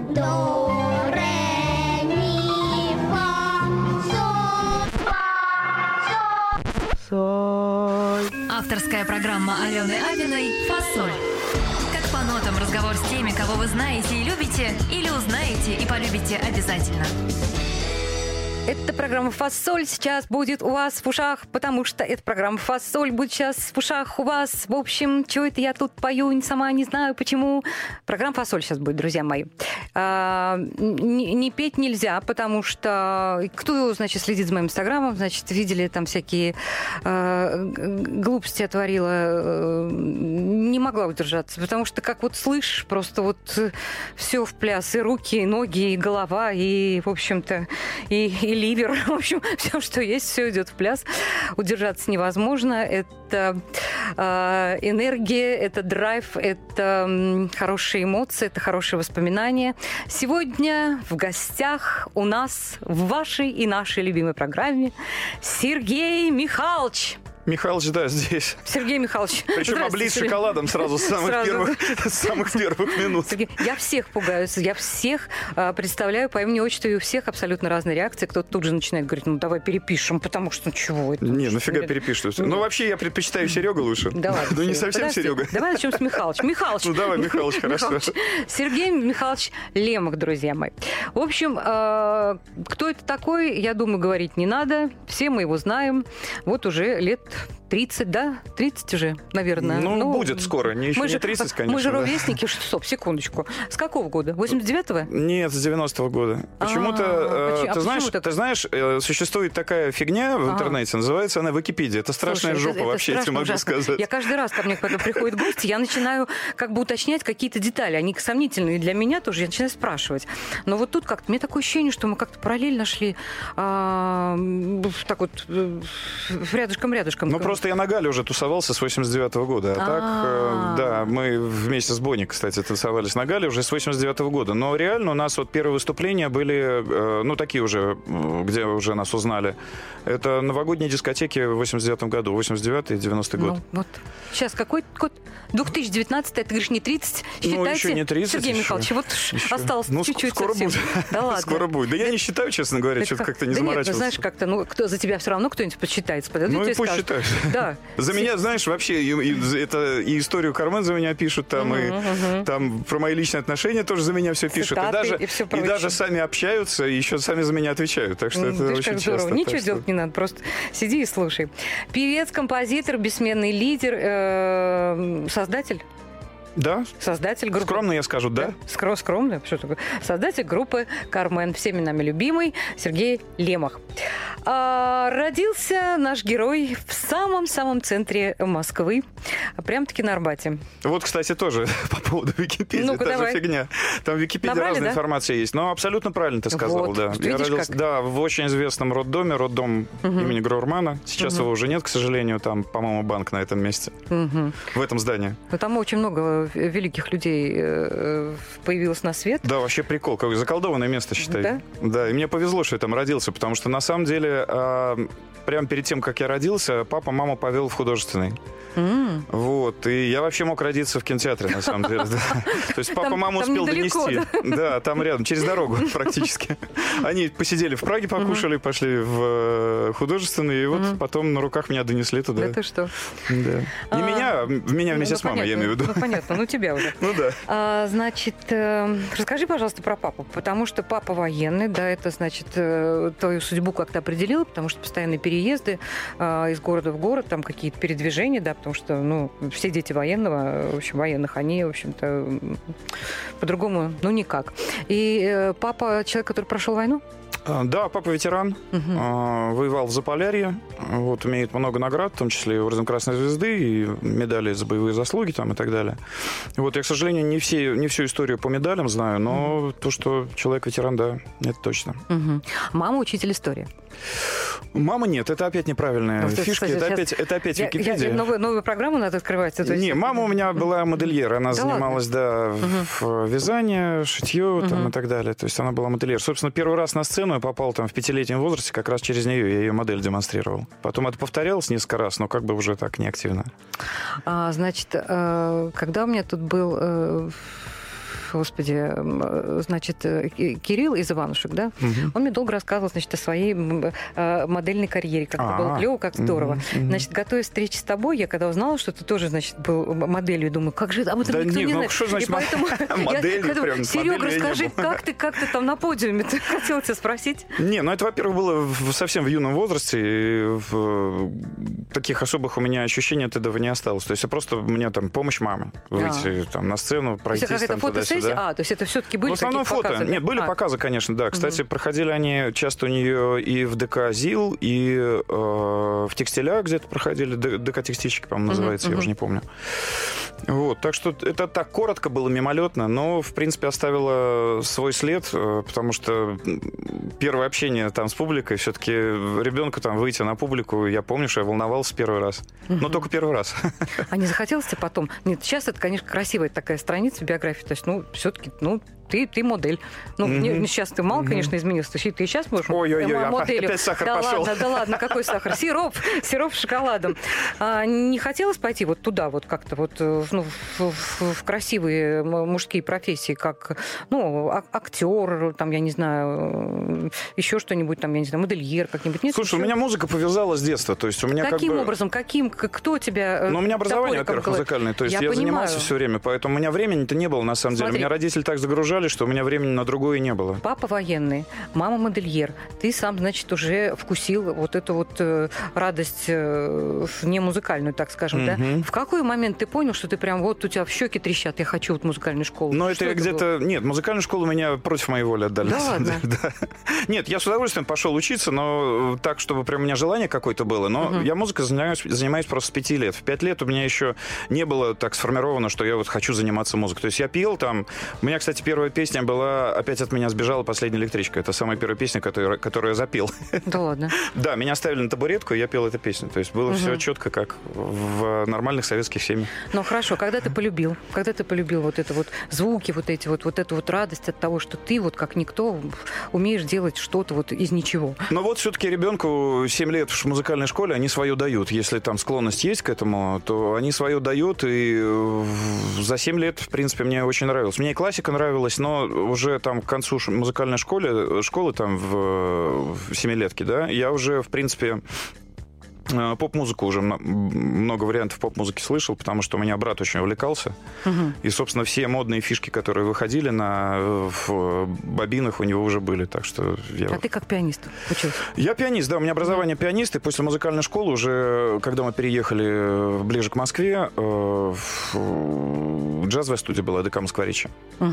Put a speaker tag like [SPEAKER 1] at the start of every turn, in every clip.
[SPEAKER 1] До, ре, ми, фа, соль.
[SPEAKER 2] Авторская программа Алены Авиной «Фасоль». Как по нотам разговор с теми, кого вы знаете и любите, или узнаете и полюбите обязательно.
[SPEAKER 3] Эта программа «Фасоль» сейчас будет у вас в ушах, потому что эта программа «Фасоль» будет сейчас в ушах у вас. В общем, что это я тут пою, сама не знаю почему. Программа «Фасоль» сейчас будет, друзья мои. Не петь нельзя, потому что кто, значит, следит за моим инстаграмом, значит, видели там всякие глупости отворила, не могла удержаться, потому что как вот слышишь, просто вот все в пляс, и руки, и ноги, и голова, и, в общем-то, и ливер, в общем, все, что есть, все идет в пляс. Удержаться невозможно. Это энергия, это драйв, это хорошие эмоции, это хорошие воспоминания. Сегодня в гостях у нас в вашей и нашей любимой программе Сергей Михайлович.
[SPEAKER 4] Михалыч, да, здесь.
[SPEAKER 3] Сергей Михайлович.
[SPEAKER 4] Причем облит шоколадом сразу с самых первых минут.
[SPEAKER 3] Сергей, я всех пугаюсь, я всех представляю по имени, отчеству, и у всех абсолютно разные реакции. Кто-то тут же начинает говорить, ну давай перепишем, потому что чего это?
[SPEAKER 4] Не, нафига перепишешь? Ну вообще я предпочитаю Серегу лучше.
[SPEAKER 3] Да ладно.
[SPEAKER 4] Ну не совсем Серега.
[SPEAKER 3] Давай начнем с Михалыча. Михалыч.
[SPEAKER 4] Ну давай, Михалыч, хорошо.
[SPEAKER 3] Сергей Михайлович Лемах, друзья мои. В общем, кто это такой, я думаю, говорить не надо. Все мы его знаем. Вот уже лет 30, да? 30 уже, наверное.
[SPEAKER 4] Ну, будет скоро. Еще не 30, конечно.
[SPEAKER 3] Мы же ровесники. Стоп, секундочку. С какого года? 89-го?
[SPEAKER 4] Нет, с 90-го года. Почему-то, ты знаешь, существует такая фигня в интернете, называется она Википедия. Это страшная жопа вообще, я тебе могу сказать.
[SPEAKER 3] Я каждый раз, ко мне когда приходят гости, я начинаю как бы уточнять какие-то детали. Они сомнительные для меня тоже, я начинаю спрашивать. Но вот тут как-то, у меня такое ощущение, что мы как-то параллельно шли так вот рядышком.
[SPEAKER 4] Ну, просто я на Гале уже тусовался с 89-го года. А так, да, мы вместе с Бонни, кстати, тусовались на Гале уже с 89-го года. Но реально у нас вот первые выступления были, ну, такие уже, где уже нас узнали. Это новогодние дискотеки в 89-м году, 89-й и 90-й год.
[SPEAKER 3] Ну, вот. Сейчас какой год? 2019, ты говоришь, не 30? Считайте,
[SPEAKER 4] ну, еще не 30.
[SPEAKER 3] Сергей Михайлович, вот еще осталось чуть-чуть
[SPEAKER 4] скоро
[SPEAKER 3] совсем.
[SPEAKER 4] Будет.
[SPEAKER 3] Да ладно.
[SPEAKER 4] Скоро будет. Да я не считаю, честно говоря, что-то как-то не заморачивался.
[SPEAKER 3] Нет, ну, знаешь, как-то, ну, кто за тебя все равно кто-нибудь подсчитается.
[SPEAKER 4] Ну и пусть считают.
[SPEAKER 3] Да.
[SPEAKER 4] За меня, знаешь, вообще это и историю Кармен за меня пишут, там, и там про мои личные отношения тоже за меня все пишут. И даже сами общаются, и еще сами за меня отвечают. Так что это очень часто.
[SPEAKER 3] Ничего делать не надо, просто сиди и слушай. Певец, композитор, бессменный лидер, создатель.
[SPEAKER 4] Да.
[SPEAKER 3] Создатель группы.
[SPEAKER 4] Скромно я скажу, да?
[SPEAKER 3] Скромно. Что такое? Создатель группы «Кармен». Всеми нами любимый Сергей Лемах. Родился наш герой в самом-самом центре Москвы. Прям-таки на Арбате.
[SPEAKER 4] Вот, кстати, тоже по поводу Википедии.
[SPEAKER 3] Ну-ка,
[SPEAKER 4] та
[SPEAKER 3] давай.
[SPEAKER 4] же фигня. Там в Википедии разная информация есть. Но абсолютно правильно ты сказал,
[SPEAKER 3] вот.
[SPEAKER 4] да. Я родился, да, в очень известном роддоме, роддом имени Гроурмана. Сейчас его уже нет, к сожалению. Там, по-моему, банк на этом месте. В этом здании.
[SPEAKER 3] Но там очень много великих людей появилось на свет.
[SPEAKER 4] Да, вообще прикол. Как заколдованное место, считай.
[SPEAKER 3] Да?
[SPEAKER 4] Да, и мне повезло, что я там родился, потому что на самом деле прямо перед тем, как я родился, папа маму повел в художественный. Вот. И я вообще мог родиться в кинотеатре, на самом деле. То есть папа маму успел донести. Да, там рядом, через дорогу практически. Они посидели в Праге, покушали, пошли в художественный, и вот потом на руках меня донесли туда.
[SPEAKER 3] Это что?
[SPEAKER 4] Да. Не меня, меня вместе с мамой, я имею в виду.
[SPEAKER 3] Ну, понятно, ну тебя уже.
[SPEAKER 4] Ну да.
[SPEAKER 3] Значит, расскажи, пожалуйста, про папу, потому что папа военный, да, это, значит, твою судьбу как-то определило, потому что постоянные переезды из города в город, там какие-то передвижения, да, потому что, ну, все дети военного, в общем, военных, они, в общем-то, по-другому, ну, никак. И папа человек, который прошел войну?
[SPEAKER 4] Да, папа ветеран, воевал в Заполярье, вот, имеет много наград, в том числе и Орден Красной Звезды, и медали за боевые заслуги там, и так далее. Вот, я, к сожалению, не всю историю по медалям знаю, но то, что человек ветеран, да, это точно.
[SPEAKER 3] Мама учитель истории.
[SPEAKER 4] Мама нет, это опять неправильная фишка, это опять Википедия.
[SPEAKER 3] Новую программу надо открывать?
[SPEAKER 4] Не, мама у меня была модельер, она занималась, да, в вязании, шитье там, и так далее. То есть она была модельер. Собственно, первый раз на сцену я попал там в 5-летнем возрасте, как раз через нее я ее модель демонстрировал. Потом это повторялось несколько раз, но как бы уже так неактивно.
[SPEAKER 3] Значит, когда у меня тут был господи, значит, Кирилл из Иванушек, да, он мне долго рассказывал, значит, о своей модельной карьере, как это было клево, как здорово. Значит, готовясь к встрече с тобой, я когда узнала, что ты тоже, значит, был моделью, думаю, как же, об этом
[SPEAKER 4] Да
[SPEAKER 3] никто
[SPEAKER 4] не,
[SPEAKER 3] не
[SPEAKER 4] ну,
[SPEAKER 3] знает.
[SPEAKER 4] что значит
[SPEAKER 3] И поэтому Серега,
[SPEAKER 4] моделью я не
[SPEAKER 3] расскажи,
[SPEAKER 4] был.
[SPEAKER 3] как ты там на подиуме? Ты хотела тебя спросить?
[SPEAKER 4] Не, ну это, во-первых, было совсем в юном возрасте, и таких особых у меня ощущений от этого не осталось. То есть я просто, у меня там помощь мамы выйти там на сцену, пройтись
[SPEAKER 3] То есть
[SPEAKER 4] там
[SPEAKER 3] какая-то фотосессия?
[SPEAKER 4] туда-сюда.
[SPEAKER 3] То есть это все-таки были
[SPEAKER 4] В основном
[SPEAKER 3] какие-то
[SPEAKER 4] фото.
[SPEAKER 3] показы?
[SPEAKER 4] Нет, были показы, конечно, да. Кстати, проходили они часто у нее и в ДК ЗИЛ, и в текстилях где-то проходили. ДК «Текстильщики», по-моему, называется, я уже не помню. Вот, так что это так коротко было, мимолетно, но, в принципе, оставило свой след, потому что первое общение там с публикой, все-таки ребенку там выйти на публику, я помню, что я волновался первый раз. Но только первый раз.
[SPEAKER 3] А не захотелось тебе потом? Нет, сейчас это, конечно, красивая такая страница в биографии, то есть, ну, все-таки, ну, ты модель. Ну, сейчас ты мало, конечно, изменился. Ты и сейчас можешь моделью.
[SPEAKER 4] Опять сахар
[SPEAKER 3] да
[SPEAKER 4] пошел.
[SPEAKER 3] Ладно, да ладно, какой сахар? Сироп с шоколадом. Не хотелось пойти вот туда, вот как-то вот в красивые мужские профессии, как, ну, актер, там, я не знаю, еще что-нибудь, там, я не знаю, модельер как-нибудь. Нет,
[SPEAKER 4] слушай, у меня музыка повязала с детства. То есть у меня
[SPEAKER 3] каким образом? Кто тебя...
[SPEAKER 4] Ну, у меня образование, во-первых, музыкальное. То есть я занимался все время, поэтому у меня времени-то не было, на самом деле. Меня родители так загружали, что у меня времени на другое не было.
[SPEAKER 3] Папа военный, мама модельер. Ты сам, значит, уже вкусил вот эту вот радость не музыкальную, так скажем, да? В какой момент ты понял, что ты прям вот у тебя в щеки трещат, я хочу вот музыкальную школу?
[SPEAKER 4] Но это где-то... Нет, музыкальную школу меня против моей воли отдали.
[SPEAKER 3] Да ладно?
[SPEAKER 4] Да. Нет, я с удовольствием пошел учиться, но так, чтобы прям у меня желание какое-то было. Но я музыкой занимаюсь просто с 5 лет. В 5 лет у меня еще не было так сформировано, что я вот хочу заниматься музыкой. То есть я пел там... У меня, кстати, первая песня была «Опять от меня сбежала последняя электричка». Это самая первая песня, которую я запел. Да ладно? Да, меня ставили на табуретку, и я пел эту песню. То есть было все четко, как в нормальных советских семьях.
[SPEAKER 3] Ну хорошо, когда ты полюбил вот это вот звуки, вот эти вот эту вот радость от того, что ты вот как никто умеешь делать что-то вот из ничего?
[SPEAKER 4] Но вот все-таки ребенку 7 лет в музыкальной школе, они свое дают. Если там склонность есть к этому, то они свое дают, и за 7 лет, в принципе, мне очень нравилось. Мне и классика нравилась, но уже там к концу музыкальной школы там в 7-летке, да, я уже, в принципе, поп-музыку уже много вариантов поп-музыки слышал, потому что у меня брат очень увлекался. И, собственно, все модные фишки, которые выходили в бобинах, у него уже были. Так что
[SPEAKER 3] ты как пианист учился? Я
[SPEAKER 4] пианист, да. У меня образование пианист. И после музыкальной школы уже, когда мы переехали ближе к Москве, джазовая студия была, ДК «Москва-Речи».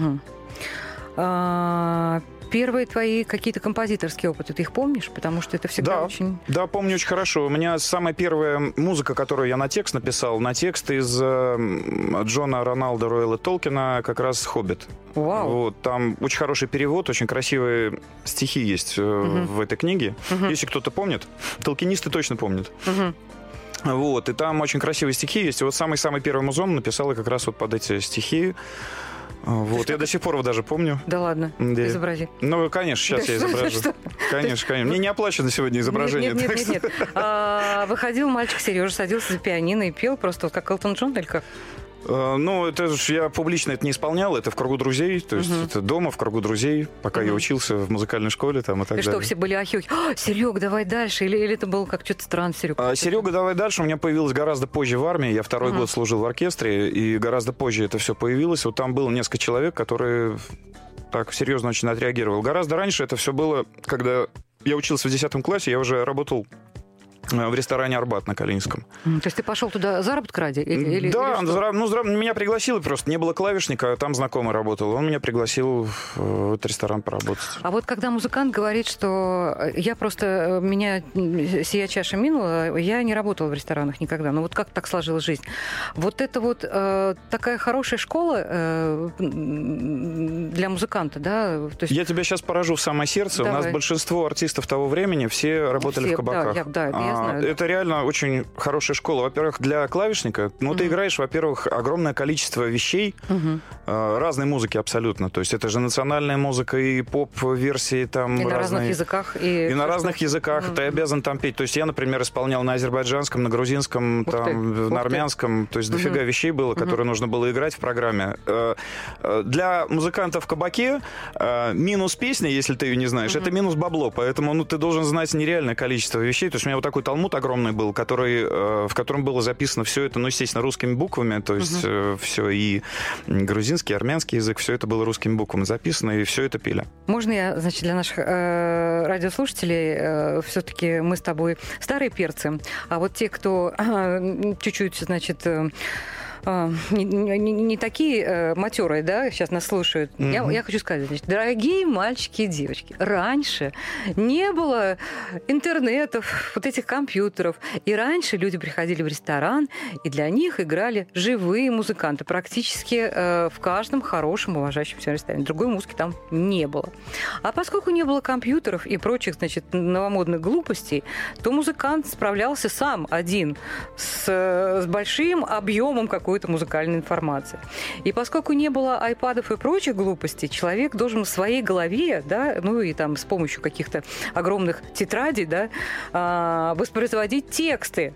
[SPEAKER 3] Первые твои какие-то композиторские опыты, ты их помнишь? Потому что это всегда очень...
[SPEAKER 4] Да, помню очень хорошо. У меня самая первая музыка, которую я на текст написал, на текст из Джона Роналда Роэла Толкина, как раз «Хоббит».
[SPEAKER 3] Вау.
[SPEAKER 4] Вот, там очень хороший перевод, очень красивые стихи есть в этой книге. Если кто-то помнит, толкинисты точно помнят. Вот, и там очень красивые стихи есть. И вот самый-самый первый музон написал я как раз вот под эти стихи. Вот, я до сих пор даже помню.
[SPEAKER 3] Да ладно, изобрази.
[SPEAKER 4] Ну, конечно, сейчас я изображу. Конечно. Мне не оплачено сегодня изображение.
[SPEAKER 3] Нет. Выходил мальчик Сережа, садился за пианино и пел просто как Элтон Джон или как?
[SPEAKER 4] Ну, это же я публично это не исполнял, это в кругу друзей, то есть это дома, в кругу друзей, пока я учился в музыкальной школе там и так далее.
[SPEAKER 3] И что, все были ахи-ухи? Серег, давай дальше? Или это было как что-то странно, Серег?
[SPEAKER 4] Серега, давай дальше у меня появилось гораздо позже в армии, я второй год служил в оркестре, и гораздо позже это все появилось. Вот там было несколько человек, которые так серьезно очень отреагировали. Гораздо раньше это все было, когда я учился в 10 классе, я уже работал в ресторане «Арбат» на Калининском.
[SPEAKER 3] То есть ты пошел туда заработок ради?
[SPEAKER 4] Да, меня пригласили просто. Не было клавишника, а там знакомый работал. Он меня пригласил в этот ресторан поработать.
[SPEAKER 3] А вот когда музыкант говорит, что меня сия чаша минула, я не работала в ресторанах никогда. Но вот как так сложилась жизнь? Вот это вот такая хорошая школа для музыканта, да? То есть...
[SPEAKER 4] Я тебя сейчас поражу в самое сердце.
[SPEAKER 3] Давай.
[SPEAKER 4] У нас большинство артистов того времени все работали в кабаках.
[SPEAKER 3] Да, я знаю. знаю.
[SPEAKER 4] Это реально очень хорошая школа. Во-первых, для клавишника, ты играешь, во-первых, огромное количество вещей, разной музыки абсолютно. То есть это же национальная музыка и поп-версии там
[SPEAKER 3] и на разных
[SPEAKER 4] разные.
[SPEAKER 3] языках.
[SPEAKER 4] И на разных языках. Ты обязан там петь. То есть я, например, исполнял на азербайджанском, на грузинском, на армянском. То есть дофига вещей было, которые нужно было играть в программе. Для музыкантов в кабаке минус песни, если ты ее не знаешь, это минус бабло. Поэтому ты должен знать нереальное количество вещей. То есть у меня вот такой талмуд огромный был, в котором было записано все это, естественно, русскими буквами. То есть все и грузинский, и армянский язык, все это было русскими буквами записано, и все это пели.
[SPEAKER 3] Можно я, значит, для наших радиослушателей, все-таки мы с тобой старые перцы, а вот те, кто чуть-чуть, значит, не такие матерые, да, сейчас нас слушают. Я хочу сказать, значит, дорогие мальчики и девочки, раньше не было интернетов, вот этих компьютеров, и раньше люди приходили в ресторан, и для них играли живые музыканты, практически в каждом хорошем, уважающемся ресторане. Другой музыки там не было. А поскольку не было компьютеров и прочих, значит, новомодных глупостей, то музыкант справлялся сам один с большим объемом какой-то музыкальной информации. И поскольку не было айпадов и прочих глупостей, человек должен в своей голове, да, и там с помощью каких-то огромных тетрадей, да, воспроизводить тексты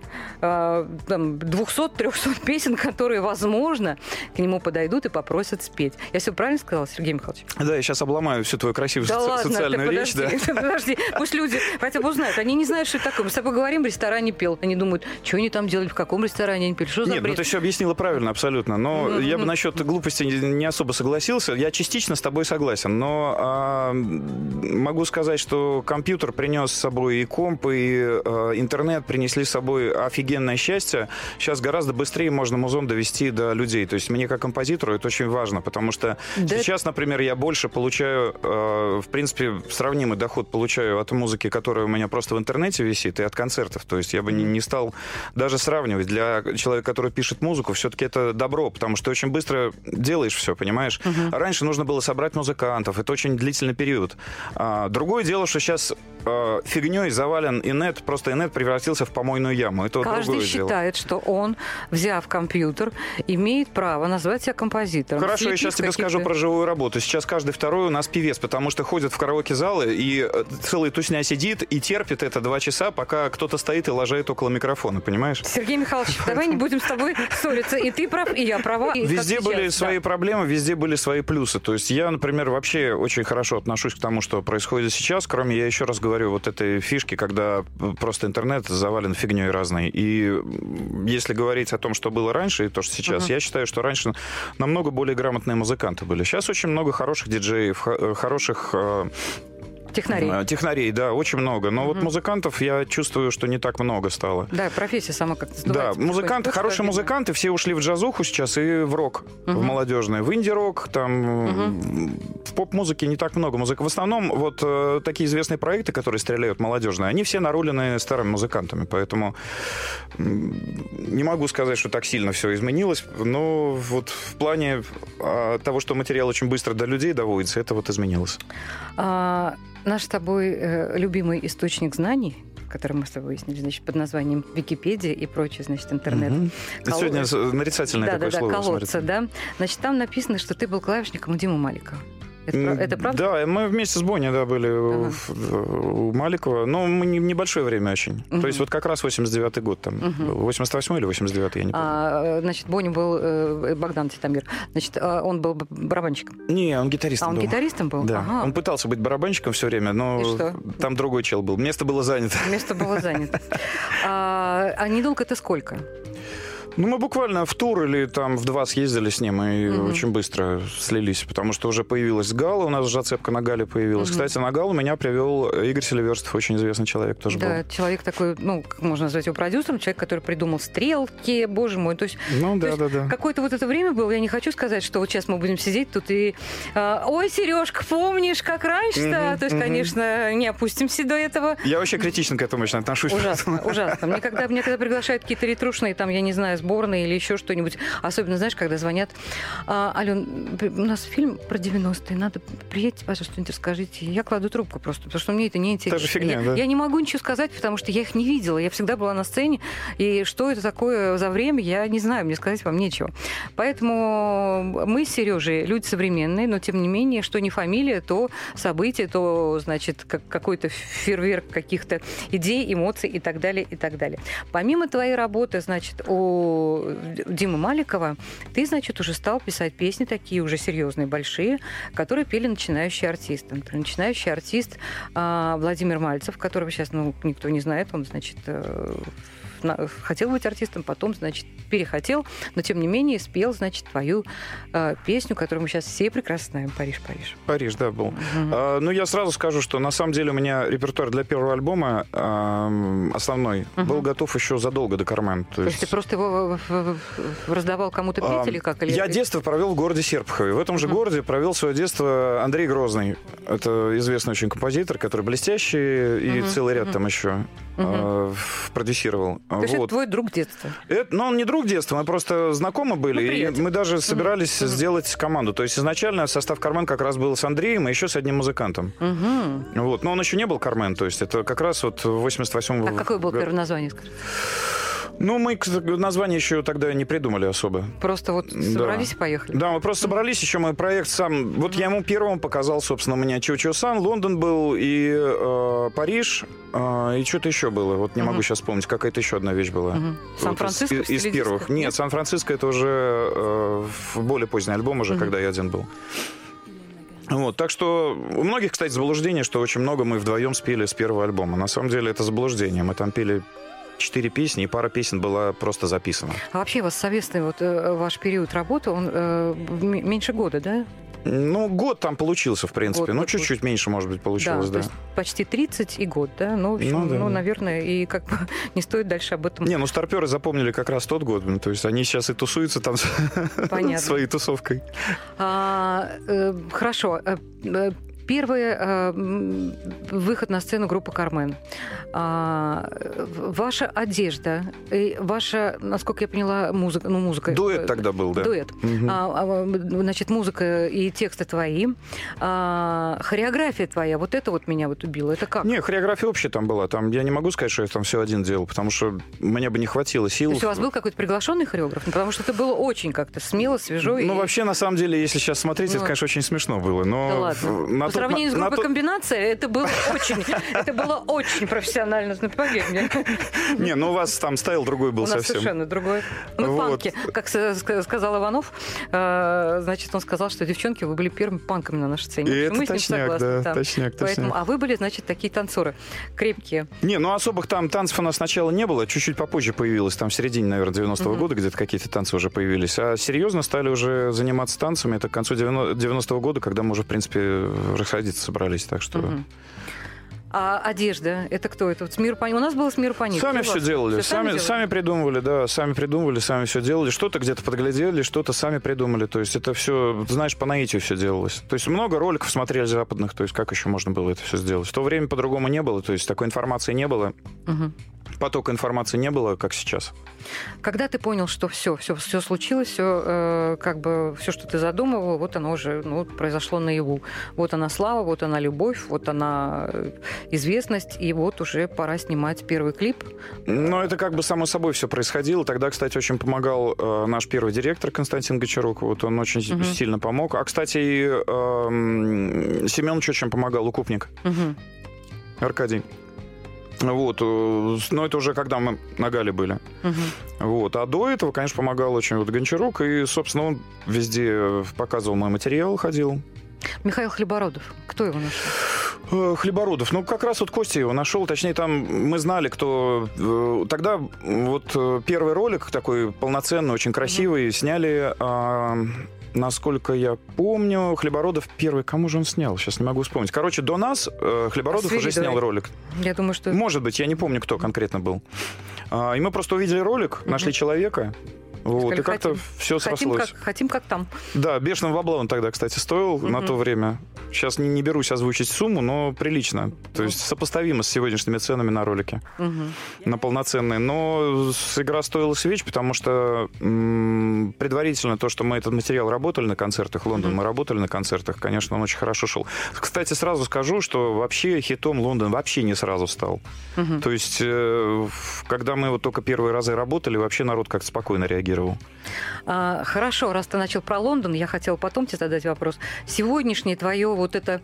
[SPEAKER 3] 200-300 песен, которые, возможно, к нему подойдут и попросят спеть. Я все правильно сказала, Сергей Михайлович?
[SPEAKER 4] Да, я сейчас обломаю всю твою красивую социальную речь.
[SPEAKER 3] Подожди, пусть люди хотя бы узнают. Они не знают, что это такое. Мы с тобой говорим, в ресторане пел. Они думают, что они там делали, в каком ресторане они пели, что за бред?
[SPEAKER 4] Нет, ты все объяснила правильно, абсолютно. Но я бы насчет глупости не особо согласился. Я частично с тобой согласен, но могу сказать, что компьютер принес с собой и комп, и интернет принесли с собой офигенное счастье. Сейчас гораздо быстрее можно музон довести до людей. То есть мне как композитору это очень важно, потому что сейчас, например, я больше получаю, в принципе, сравнимый доход получаю от музыки, которая у меня просто в интернете висит, и от концертов. То есть я бы не стал даже сравнивать. Для человека, который пишет музыку, все-таки это добро, потому что ты очень быстро делаешь все, понимаешь? Раньше нужно было собрать музыкантов, это очень длительный период. Другое дело, что сейчас фигней завален инет, просто инет превратился в помойную яму. Это
[SPEAKER 3] каждый считает, что он, взяв компьютер, имеет право назвать себя композитором.
[SPEAKER 4] Хорошо, я сейчас тебе скажу про живую работу. Сейчас каждый второй у нас певец, потому что ходят в караоке-залы, и целая тусня сидит и терпит это 2 часа, пока кто-то стоит и лажает около микрофона, понимаешь?
[SPEAKER 3] Сергей Михайлович, давай не будем с тобой ссориться. И ты прав, и я права.
[SPEAKER 4] Везде были свои проблемы, везде были свои плюсы. То есть я, например, вообще очень хорошо отношусь к тому, что происходит сейчас, кроме, я еще раз говорю, вот этой фишки, когда просто интернет завален фигней разной. И если говорить о том, что было раньше, и то, что сейчас, я считаю, что раньше намного более грамотные музыканты были. Сейчас очень много хороших диджеев, хороших... Технарей, да, очень много. Но вот музыкантов я чувствую, что не так много стало.
[SPEAKER 3] Да, профессия сама как-то сдувается.
[SPEAKER 4] Да, музыканты, хорошие музыканты, все ушли в джазуху сейчас и в рок, в молодежный. В инди-рок, там, в поп-музыке не так много музыки. В основном вот такие известные проекты, которые стреляют молодежные, они все нарулены старыми музыкантами. Поэтому не могу сказать, что так сильно все изменилось. Но вот в плане того, что материал очень быстро до людей доводится, это вот изменилось.
[SPEAKER 3] Наш с тобой любимый источник знаний, который мы с тобой выяснили, значит, под названием Википедия и прочее, значит, интернет.
[SPEAKER 4] Сегодня нарицательное такое слово.
[SPEAKER 3] Колодца, да. Значит, там написано, что ты был клавишником у Димы Маликова. Это правда?
[SPEAKER 4] Да, мы вместе с Бонни, да, были у Маликова. Но мы небольшое время очень. То есть вот как раз 89-й год там был. 88-й или 89-й, я не помню.
[SPEAKER 3] Значит, Бонни был Богдан Титамир. Значит, он был барабанщиком?
[SPEAKER 4] Не, он гитаристом был.
[SPEAKER 3] Он гитаристом был?
[SPEAKER 4] Да. Он пытался быть барабанщиком все время, но там другой чел был. Место было занято.
[SPEAKER 3] Место было занято. А недолго это сколько?
[SPEAKER 4] Ну, мы буквально в тур или там в 2 съездили с ним и очень быстро слились, потому что уже появилась Гала, у нас зацепка на Гале появилась. Кстати, на Галу меня привел Игорь Селиверстов, очень известный человек тоже был.
[SPEAKER 3] Да, человек такой, ну, как можно назвать его продюсером, человек, который придумал стрелки, боже мой. То есть, какое-то вот это время было, я не хочу сказать, что вот сейчас мы будем сидеть тут и... Ой, Сережка, помнишь, как раньше-то? То есть, конечно, не опустимся до этого.
[SPEAKER 4] Я вообще критично к этому очень отношусь.
[SPEAKER 3] Ужасно, ужасно. Мне когда приглашают какие-то ретрушные, там, я не знаю, с сборной или еще что-нибудь. Особенно, знаешь, когда звонят: Ален, у нас фильм про 90-е, надо, приедьте, пожалуйста, что-нибудь расскажите. Я кладу трубку просто, потому что мне это не интересно.
[SPEAKER 4] Та же фигня, да?
[SPEAKER 3] Я не могу ничего сказать, потому что я их не видела. Я всегда была на сцене, и что это такое за время, я не знаю, мне сказать вам нечего. Поэтому мы с Сережей люди современные, но тем не менее, что не фамилия, то событие, то, значит, какой-то фейерверк каких-то идей, эмоций и так далее, и так далее. Помимо твоей работы, значит, у Димы Маликова, ты, значит, уже стал писать песни такие уже серьезные, большие, которые пели начинающие артисты. Например, начинающий артист Владимир Мальцев, которого сейчас, никто не знает, он, значит, хотел быть артистом, потом, значит, перехотел, но, тем не менее, спел, значит, твою песню, которую мы сейчас все прекрасно знаем. «Париж, Париж».
[SPEAKER 4] «Париж», да, был. Ну, я сразу скажу, что на самом деле у меня репертуар для первого альбома основной был готов еще задолго до «Кармен».
[SPEAKER 3] То есть ты просто его раздавал кому-то петь или как?
[SPEAKER 4] Я детство провел в городе Серпухове. В этом же городе провел свое детство Андрей Грозный. Это известный очень композитор, который блестящий, и целый ряд там еще продюсировал.
[SPEAKER 3] То есть это твой друг детства?
[SPEAKER 4] Он не друг детства, мы просто знакомы были, и мы даже собирались сделать команду. То есть изначально состав «Кармен» как раз был с Андреем и еще с одним музыкантом. Вот. Но он еще не был «Кармен», то есть это как раз вот в 88-м...
[SPEAKER 3] А какое было первое название, скажи?
[SPEAKER 4] Ну, мы название еще тогда не придумали особо.
[SPEAKER 3] Просто вот собрались и поехали?
[SPEAKER 4] Да, мы просто собрались, еще мой проект сам... Вот я ему первым показал, собственно, у меня Чио-Чио-сан, Лондон был, и Париж, и что-то еще было. Вот не могу сейчас вспомнить, какая-то еще одна вещь была.
[SPEAKER 3] Сан-Франциско?
[SPEAKER 4] Вот, из первых. Нет, Сан-Франциско это уже более поздний альбом уже, когда я один был. Вот, так что у многих, кстати, заблуждение, что очень много мы вдвоем спели с первого альбома. На самом деле это заблуждение. Мы там пели 4 песни, и пара песен была просто записана.
[SPEAKER 3] А вообще у вас совместный ваш период работы, он меньше года, да?
[SPEAKER 4] Ну, год там получился, в принципе. Чуть-чуть меньше, может быть, получилось, да.
[SPEAKER 3] То есть почти 30 и год, да? Ну, в общем, наверное, и как бы не стоит дальше об этом...
[SPEAKER 4] Не, старперы запомнили как раз тот год. То есть они сейчас и тусуются там своей тусовкой.
[SPEAKER 3] Хорошо. Первый выход на сцену группы «Кармен». Ваша одежда, ваша, насколько я поняла, музыка.
[SPEAKER 4] Дуэт тогда был, да.
[SPEAKER 3] Дуэт. Значит, музыка и тексты твои. Хореография твоя, вот это вот меня вот убило. Это как?
[SPEAKER 4] Не, хореография общая там была. Там я не могу сказать, что я там все один делал, потому что мне бы не хватило сил.
[SPEAKER 3] То есть у вас был какой-то приглашенный хореограф? Потому что это было очень как-то смело, свежо.
[SPEAKER 4] Вообще, на самом деле, если сейчас смотреть, это, конечно, очень смешно было. Но
[SPEAKER 3] да ладно. По сравнению с группой «Комбинация», это было очень профессионально, поверь мне.
[SPEAKER 4] Не, у вас там стайл другой был совсем.
[SPEAKER 3] У нас совершенно другой. Мы панки, как сказал Иванов. Значит, он сказал, что, девчонки, вы были первыми панками на нашей сцене.
[SPEAKER 4] И это точняк, да, точняк.
[SPEAKER 3] А вы были, значит, такие танцоры крепкие.
[SPEAKER 4] Не, особых там танцев у нас сначала не было, чуть-чуть попозже появилось, там в середине, наверное, 90-го года где-то какие-то танцы уже появились. А серьезно стали уже заниматься танцами, это к концу 90-го года, когда мы уже, в принципе, расходиться собрались, так что...
[SPEAKER 3] А одежда, это кто? Это вот «С миру по нитке»? У нас было «С миру по нитке».
[SPEAKER 4] Сами все делали. Сами придумывали, да. Сами придумывали, сами все делали. Что-то где-то подглядели, что-то сами придумали. То есть это все, знаешь, по наитию все делалось. То есть много роликов смотрели западных. То есть как еще можно было это все сделать? В то время по-другому не было. То есть такой информации не было. Потока информации не было, как сейчас.
[SPEAKER 3] Когда ты понял, что все случилось, все, как бы все, что ты задумывал, вот оно уже произошло наяву. Вот она слава, вот она любовь, вот она известность, и вот уже пора снимать первый клип.
[SPEAKER 4] Это как бы само собой все происходило. Тогда, кстати, очень помогал наш первый директор Константин Гончарук. Вот он очень сильно помог. А, кстати, и Семенович очень помогал, Укупник. Аркадий. Вот, но это уже когда мы на Гале были. Вот, а до этого, конечно, помогал очень Гончарук, и, собственно, он везде показывал мой материал, ходил.
[SPEAKER 3] Михаил Хлебородов, кто его нашел?
[SPEAKER 4] Хлебородов. Как раз вот Костя его нашел. Точнее, там мы знали, кто... Тогда вот первый ролик такой полноценный, очень красивый, сняли... Насколько я помню, Хлебородов первый... Кому же он снял? Сейчас не могу вспомнить. Короче, до нас Хлебородов уже снял ролик.
[SPEAKER 3] Я думаю, что...
[SPEAKER 4] Может быть, я не помню, кто конкретно был. И мы просто увидели ролик, нашли человека. Вот, и как-то все срослось.
[SPEAKER 3] Хотим как там.
[SPEAKER 4] Да, бешеного бабла он тогда, кстати, стоил на то время. Сейчас не берусь озвучить сумму, но прилично. То есть сопоставимо с сегодняшними ценами на ролики. На полноценные. Но игра стоила свеч, потому что предварительно то, что мы этот материал работали на концертах, Лондон мы работали на концертах, конечно, он очень хорошо шел. Кстати, сразу скажу, что вообще хитом Лондон вообще не сразу стал. То есть, когда мы вот только первые разы работали, вообще народ как-то спокойно реагировал.
[SPEAKER 3] Хорошо, раз ты начал про Лондон, я хотела потом тебе задать вопрос. Сегодняшнее твое вот это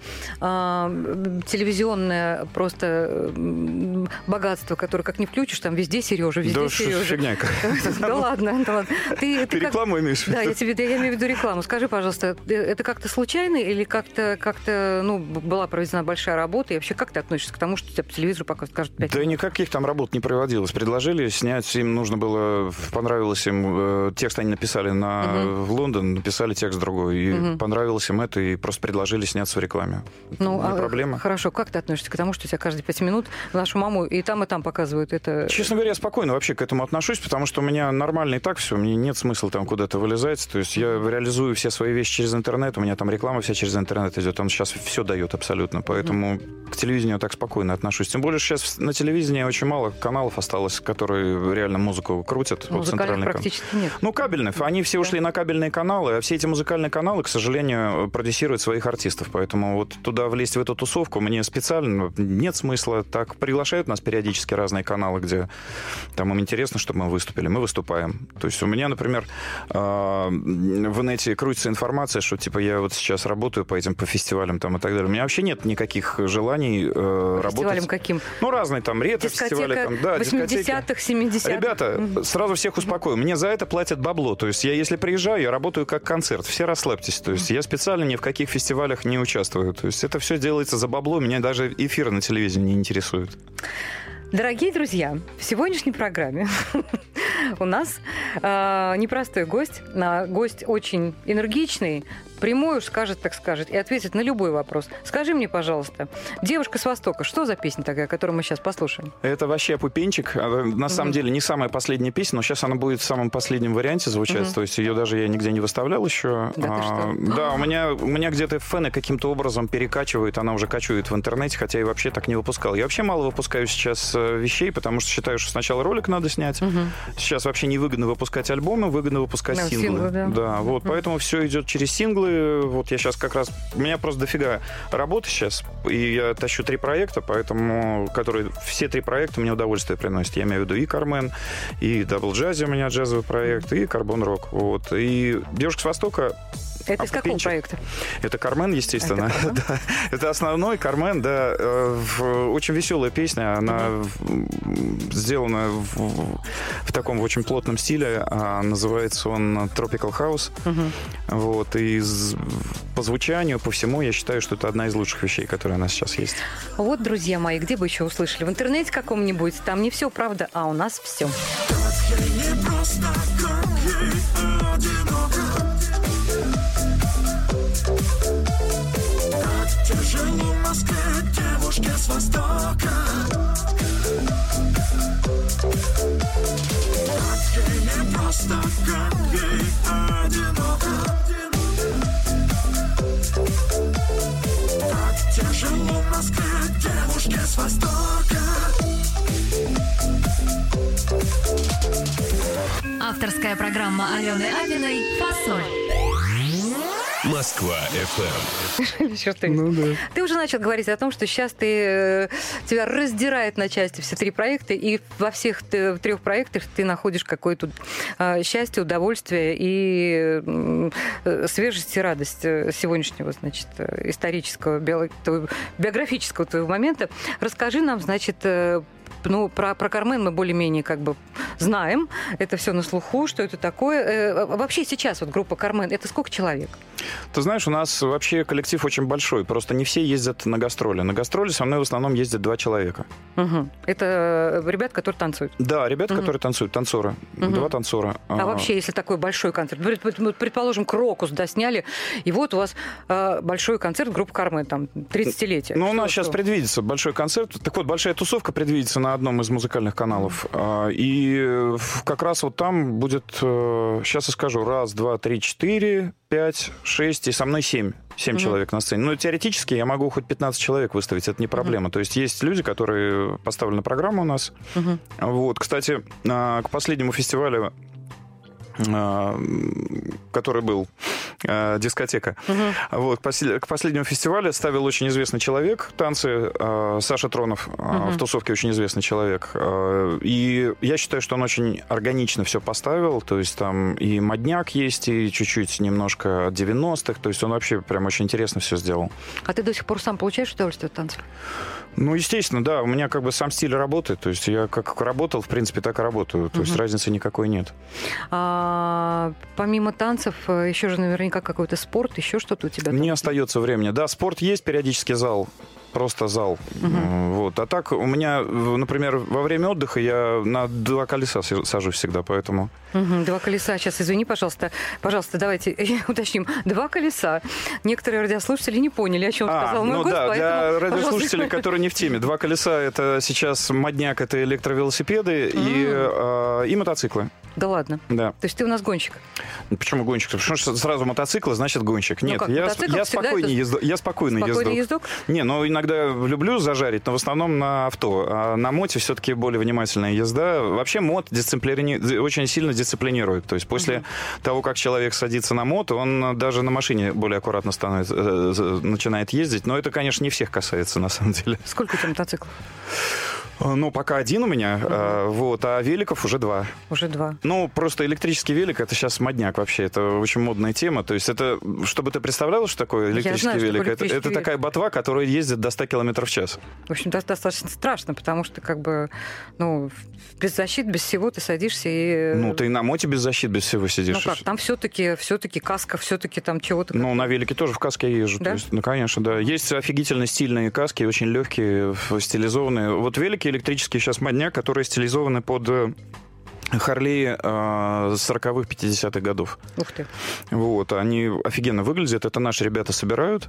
[SPEAKER 3] телевизионное просто богатство, которое как не включишь, там везде Сережа, везде Сережа.
[SPEAKER 4] Фигня какая.
[SPEAKER 3] Да ладно.
[SPEAKER 4] Ты рекламу имеешь в виду?
[SPEAKER 3] Да, я имею в виду рекламу. Скажи, пожалуйста, это как-то случайно или как-то была проведена большая работа? И вообще, как ты относишься к тому, что тебя по телевизору показывают каждые 5 минут?
[SPEAKER 4] Да никаких там работ не проводилось. Предложили снять, им нужно было, понравилось им, текст они написали в Лондон, написали текст другой. И понравилось им это, и просто предложили сняться в рекламе.
[SPEAKER 3] Ну,
[SPEAKER 4] не проблема.
[SPEAKER 3] Хорошо, как ты относишься к тому, что у тебя каждые 5 минут нашу маму и там показывают это?
[SPEAKER 4] Честно говоря, я спокойно вообще к этому отношусь, потому что у меня нормально и так все, мне нет смысла там куда-то вылезать. То есть я реализую все свои вещи через интернет, у меня там реклама вся через интернет идет, он сейчас все дает абсолютно, поэтому к телевидению так спокойно отношусь. Тем более сейчас на телевидении очень мало каналов осталось, которые реально музыку крутят.
[SPEAKER 3] Музыкальных практически нет.
[SPEAKER 4] Ну, кабельных. Они все ушли на кабельные каналы, а все эти музыкальные каналы, к сожалению, продюсируют своих артистов, поэтому вот туда влезть в эту тусовку мне специально нет смысла. Так приглашают нас периодически разные каналы, где там им интересно, чтобы мы выступили. Мы выступаем. То есть у меня, например, в инете крутится информация, что типа я вот сейчас работаю по фестивалям там и так далее. У меня вообще нет никаких желаний работать.
[SPEAKER 3] Фестивалем каким?
[SPEAKER 4] Ну, разные там ретро-фестивали. Там, да,
[SPEAKER 3] 80-х, 70-х.
[SPEAKER 4] Ребята, сразу всех успокою. Мне за это платят бабло. То есть я, если приезжаю, я работаю как концерт. Все расслабьтесь. То есть я специально ни в каких фестивалях не участвую. То есть это все делается за бабло. Меня даже эфиры на телевидении не интересуют.
[SPEAKER 3] Дорогие друзья, в сегодняшней программе у нас непростой гость, гость очень энергичный, прямой уж скажет, так скажет, и ответит на любой вопрос. Скажи мне, пожалуйста, «Девушка с Востока», что за песня такая, которую мы сейчас послушаем?
[SPEAKER 4] Это вообще пупенчик. На самом деле не самая последняя песня, но сейчас она будет в самом последнем варианте звучать. То есть ее даже я нигде не выставлял еще. Да, у меня где-то фэны каким-то образом перекачивают, она уже качует в интернете, хотя и вообще так не выпускал. Я вообще мало выпускаю сейчас вещей, потому что считаю, что сначала ролик надо снять. Сейчас вообще невыгодно выпускать альбомы, выгодно выпускать синглы. Да, вот, поэтому все идет через синглы. Вот я сейчас как раз... У меня просто дофига работы сейчас, и я тащу 3 проекта, поэтому... Все 3 проекта мне удовольствие приносят. Я имею в виду и «Кармен», и «Дабл Джази» у меня джазовый проект, и «Карбон Рок». Вот. И «Девушка с Востока».
[SPEAKER 3] Это из какого проекта?
[SPEAKER 4] Это «Кармен», естественно. Да. Это основной «Кармен», да. Очень веселая песня. Она сделана в таком очень плотном стиле. Называется он «Tropical House». Вот. И по звучанию, по всему, я считаю, что это одна из лучших вещей, которые у нас сейчас есть.
[SPEAKER 3] Вот, друзья мои, где бы еще услышали? В интернете каком-нибудь? Там не все правда, а у нас все.
[SPEAKER 5] Тяжело в Москве девушке с Востока. Как ей не просто, как ей одиноко. Так тяжело в Москве девушке с Востока.
[SPEAKER 2] Авторская программа Алены Апиной «Фасоль».
[SPEAKER 6] Москва FM.
[SPEAKER 3] Ты уже начал говорить о том, что сейчас тебя раздирает на части все 3 проекта, и во всех 3 проектах ты находишь какое-то счастье, удовольствие и свежесть и радость сегодняшнего, значит, исторического, биографического твоего момента. Расскажи нам, значит, про «Кармен» мы более-менее как бы знаем. Это все на слуху, что это такое. Вообще сейчас вот группа «Кармен» — это сколько человек?
[SPEAKER 4] Ты знаешь, у нас вообще коллектив очень большой. Просто не все ездят на гастроли. На гастроли со мной в основном ездят 2 человека.
[SPEAKER 3] Это ребята, которые танцуют? Да,
[SPEAKER 4] ребята, которые танцуют. Танцоры. 2 танцора.
[SPEAKER 3] А вообще, если такой большой концерт, предположим, «Крокус» досняли, и вот у вас большой концерт группы «Кармен», там, 30-летие.
[SPEAKER 4] Ну, у нас сейчас предвидится большой концерт. Так вот, большая тусовка предвидится на одном из музыкальных каналов. И как раз вот там будет, сейчас я скажу, 1, 2, 3, 4, 5, 6, и со мной 7 человек на сцене. Ну, теоретически я могу хоть 15 человек выставить, это не проблема. То есть есть люди, которые поставлены на программу у нас. Вот, кстати, к последнему фестивалю, который был, дискотека. Вот, к последнему фестивалю ставил очень известный человек танцы, Саша Тронов, в тусовке очень известный человек. И я считаю, что он очень органично все поставил. То есть там и модняк есть, и чуть-чуть немножко от 90-х. То есть он вообще прям очень интересно все сделал.
[SPEAKER 3] А ты до сих пор сам получаешь удовольствие от танцев?
[SPEAKER 4] Ну, естественно, да. У меня как бы сам стиль работы. То есть я как работал, в принципе, так и работаю. То есть разницы никакой нет.
[SPEAKER 3] Помимо танцев, еще же наверняка какой-то спорт, еще что-то у тебя?
[SPEAKER 4] Не остается времени. Да, спорт есть, периодически зал. Просто зал. Вот. А так у меня, например, во время отдыха я на 2 колеса сажусь всегда, поэтому...
[SPEAKER 3] 2 колеса. Сейчас, извини, пожалуйста, давайте уточним. 2 колеса. Некоторые радиослушатели не поняли, о чем сказал мой гость,
[SPEAKER 4] да,
[SPEAKER 3] поэтому,
[SPEAKER 4] для радиослушателей, которые не в теме. 2 колеса — это сейчас модняк, это электровелосипеды и мотоциклы.
[SPEAKER 3] Да ладно?
[SPEAKER 4] Да.
[SPEAKER 3] То есть ты у нас гонщик?
[SPEAKER 4] Почему гонщик? Потому что сразу мотоциклы, значит гонщик.
[SPEAKER 3] Ну
[SPEAKER 4] Нет,
[SPEAKER 3] как,
[SPEAKER 4] я
[SPEAKER 3] спокойнее езду.
[SPEAKER 4] Я спокойный
[SPEAKER 3] ездок?
[SPEAKER 4] Не, ну иногда люблю зажарить, но в основном на авто. А на моте все-таки более внимательная езда. Вообще мот очень сильно дисциплинирует. То есть после того, как человек садится на мот, он даже на машине более аккуратно начинает ездить. Но это, конечно, не всех касается, на самом деле.
[SPEAKER 3] Сколько у тебя мотоциклов?
[SPEAKER 4] Ну, пока 1 у меня, вот, а великов уже 2.
[SPEAKER 3] Уже 2.
[SPEAKER 4] Ну, просто электрический велик — это сейчас модняк вообще, это очень модная тема. То есть это, чтобы ты представляла, что такое электрический велик? Это такая ботва, которая ездит до 100 км в час.
[SPEAKER 3] В общем, достаточно страшно, потому что как бы, ну, без защиты, без всего ты садишься и...
[SPEAKER 4] Ну, ты и на моте без защиты, без всего сидишь.
[SPEAKER 3] Ну как, там все-таки каска, все-таки там чего-то...
[SPEAKER 4] Ну, на велике тоже в каске я езжу.
[SPEAKER 3] Да?
[SPEAKER 4] То есть, ну, конечно, да. Есть офигительно стильные каски, очень легкие, стилизованные. Вот велики электрические сейчас модняк, которые стилизованы под Харли 40-х, 50-х годов.
[SPEAKER 3] Ух ты.
[SPEAKER 4] Вот, они офигенно выглядят. Это наши ребята собирают.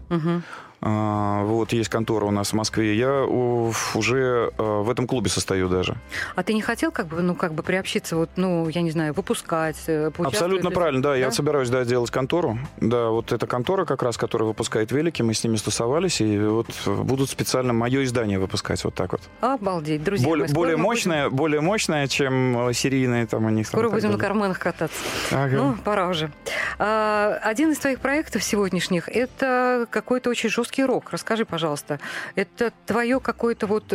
[SPEAKER 4] Вот, есть контора у нас в Москве. Я уже в этом клубе состою даже.
[SPEAKER 3] А ты не хотел как бы приобщиться, вот, ну, я не знаю, выпускать, поучаствовать?
[SPEAKER 4] Абсолютно правильно, да. Я собираюсь, делать контору. Да, вот эта контора как раз, которая выпускает велики, мы с ними стусовались, и вот будут специально мое издание выпускать, вот так вот.
[SPEAKER 3] Обалдеть, друзья мои.
[SPEAKER 4] Более мощное, чем серийные там у них.
[SPEAKER 3] Скоро будем на карманах кататься.
[SPEAKER 4] Ага.
[SPEAKER 3] Ну, пора уже. Один из твоих проектов сегодняшних — это какой-то очень жесткий рок. Расскажи, пожалуйста, это твое какое-то вот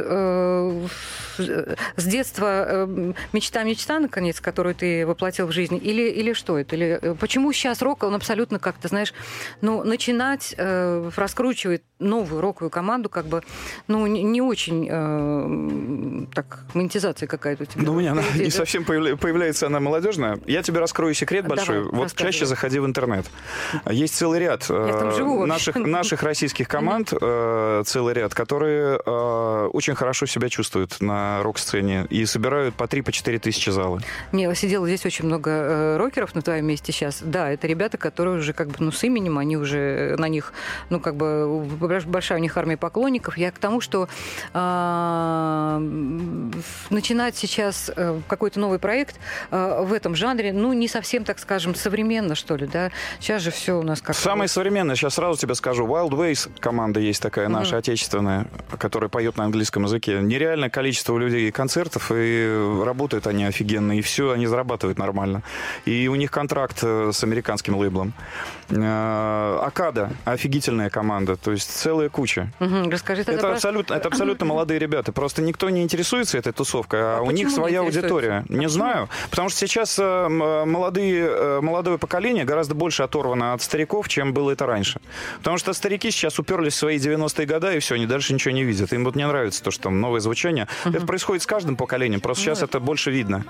[SPEAKER 3] с детства мечта, наконец, которую ты воплотил в жизнь? Или что это? Или почему сейчас рок, он абсолютно как-то, знаешь, ну, начинать раскручивать новую роковую команду, как бы, ну, не очень так, монетизация какая-то у тебя.
[SPEAKER 4] Ну, у меня она не совсем появляется, она молодежная. Я тебе раскрою секрет большой.
[SPEAKER 3] Давай,
[SPEAKER 4] вот чаще заходи в интернет. Есть целый ряд наших российских команд, целый ряд, которые очень хорошо себя чувствуют на рок-сцене и собирают по 3-4 тысячи залы.
[SPEAKER 3] Не, сидело здесь очень много рокеров на твоем месте сейчас. Да, это ребята, которые уже как бы, ну, с именем, они уже на них, ну, как бы большая у них армия поклонников. Я к тому, что начинать сейчас какой-то новый проект в этом жанре, ну, не совсем, так скажем, современно, что ли, да? Сейчас же все у нас как...
[SPEAKER 4] Самое современное, сейчас сразу тебе скажу, Wild Ways команда есть такая наша, отечественная, которая поет на английском языке. Нереальное количество у людей концертов, и работают они офигенно, и все, они зарабатывают нормально. И у них контракт с американским лейблом. Акада, офигительная команда, то есть целая куча.
[SPEAKER 3] Расскажи тогда
[SPEAKER 4] это абсолютно молодые ребята, просто никто не интересуется этой тусовкой, а у них своя аудитория. Не знаю, потому что сейчас молодое поколение гораздо больше оторвано от стариков, чем было это раньше. Потому что старики сейчас уперлись в свои 90-е годы, и все, они дальше ничего не видят. Им вот не нравится то, что там новое звучание. Это происходит с каждым поколением, просто сейчас это больше видно.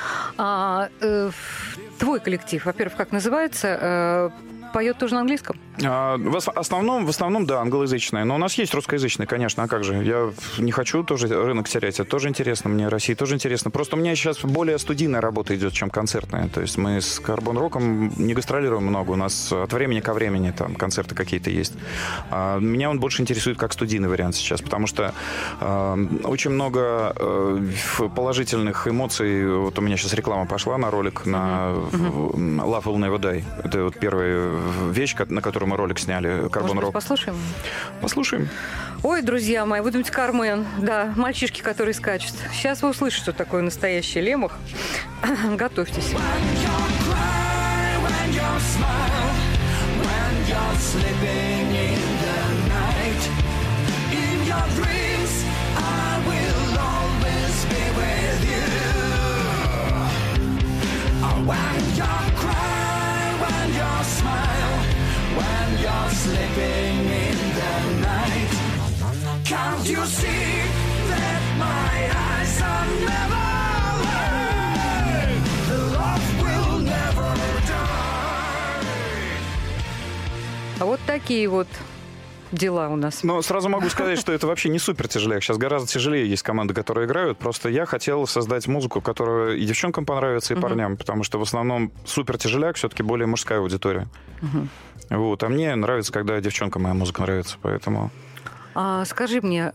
[SPEAKER 3] Твой коллектив, во-первых, как называется? Поет тоже на английском?
[SPEAKER 4] В основном, да, англоязычные. Но у нас есть русскоязычные, конечно, а как же? Я не хочу тоже рынок терять. Это тоже интересно мне, России тоже интересно. Просто у меня сейчас более студийная работа идет, чем концертная. То есть мы с Carbon Rock'ом не гастролируем много. У нас от времени ко времени там концерты какие-то есть. Меня он больше интересует как студийный вариант сейчас, потому что очень много положительных эмоций. Вот у меня сейчас реклама пошла на ролик на Love Will Never Die. Это вот первая вещь, на которую мы ролик сняли, Carbon Rock.
[SPEAKER 3] Послушаем?
[SPEAKER 4] Послушаем.
[SPEAKER 3] Ой, друзья мои, вы думаете, Кармен, да, мальчишки, которые скачут. Сейчас вы услышите, что такое настоящий лемух. Готовьтесь.
[SPEAKER 5] When you're sleeping in the night, can't you see that my eyes are never red? The love will never die.
[SPEAKER 3] А вот такие вот дела у нас.
[SPEAKER 4] Но сразу могу сказать, что это вообще не супер тяжеляк. Сейчас гораздо тяжелее есть команды, которые играют. Просто я хотел создать музыку, которая и девчонкам понравится, и парням. Потому что в основном супер тяжеляк все-таки более мужская аудитория. Вот. А мне нравится, когда девчонкам моя музыка нравится. Поэтому...
[SPEAKER 3] Скажи мне,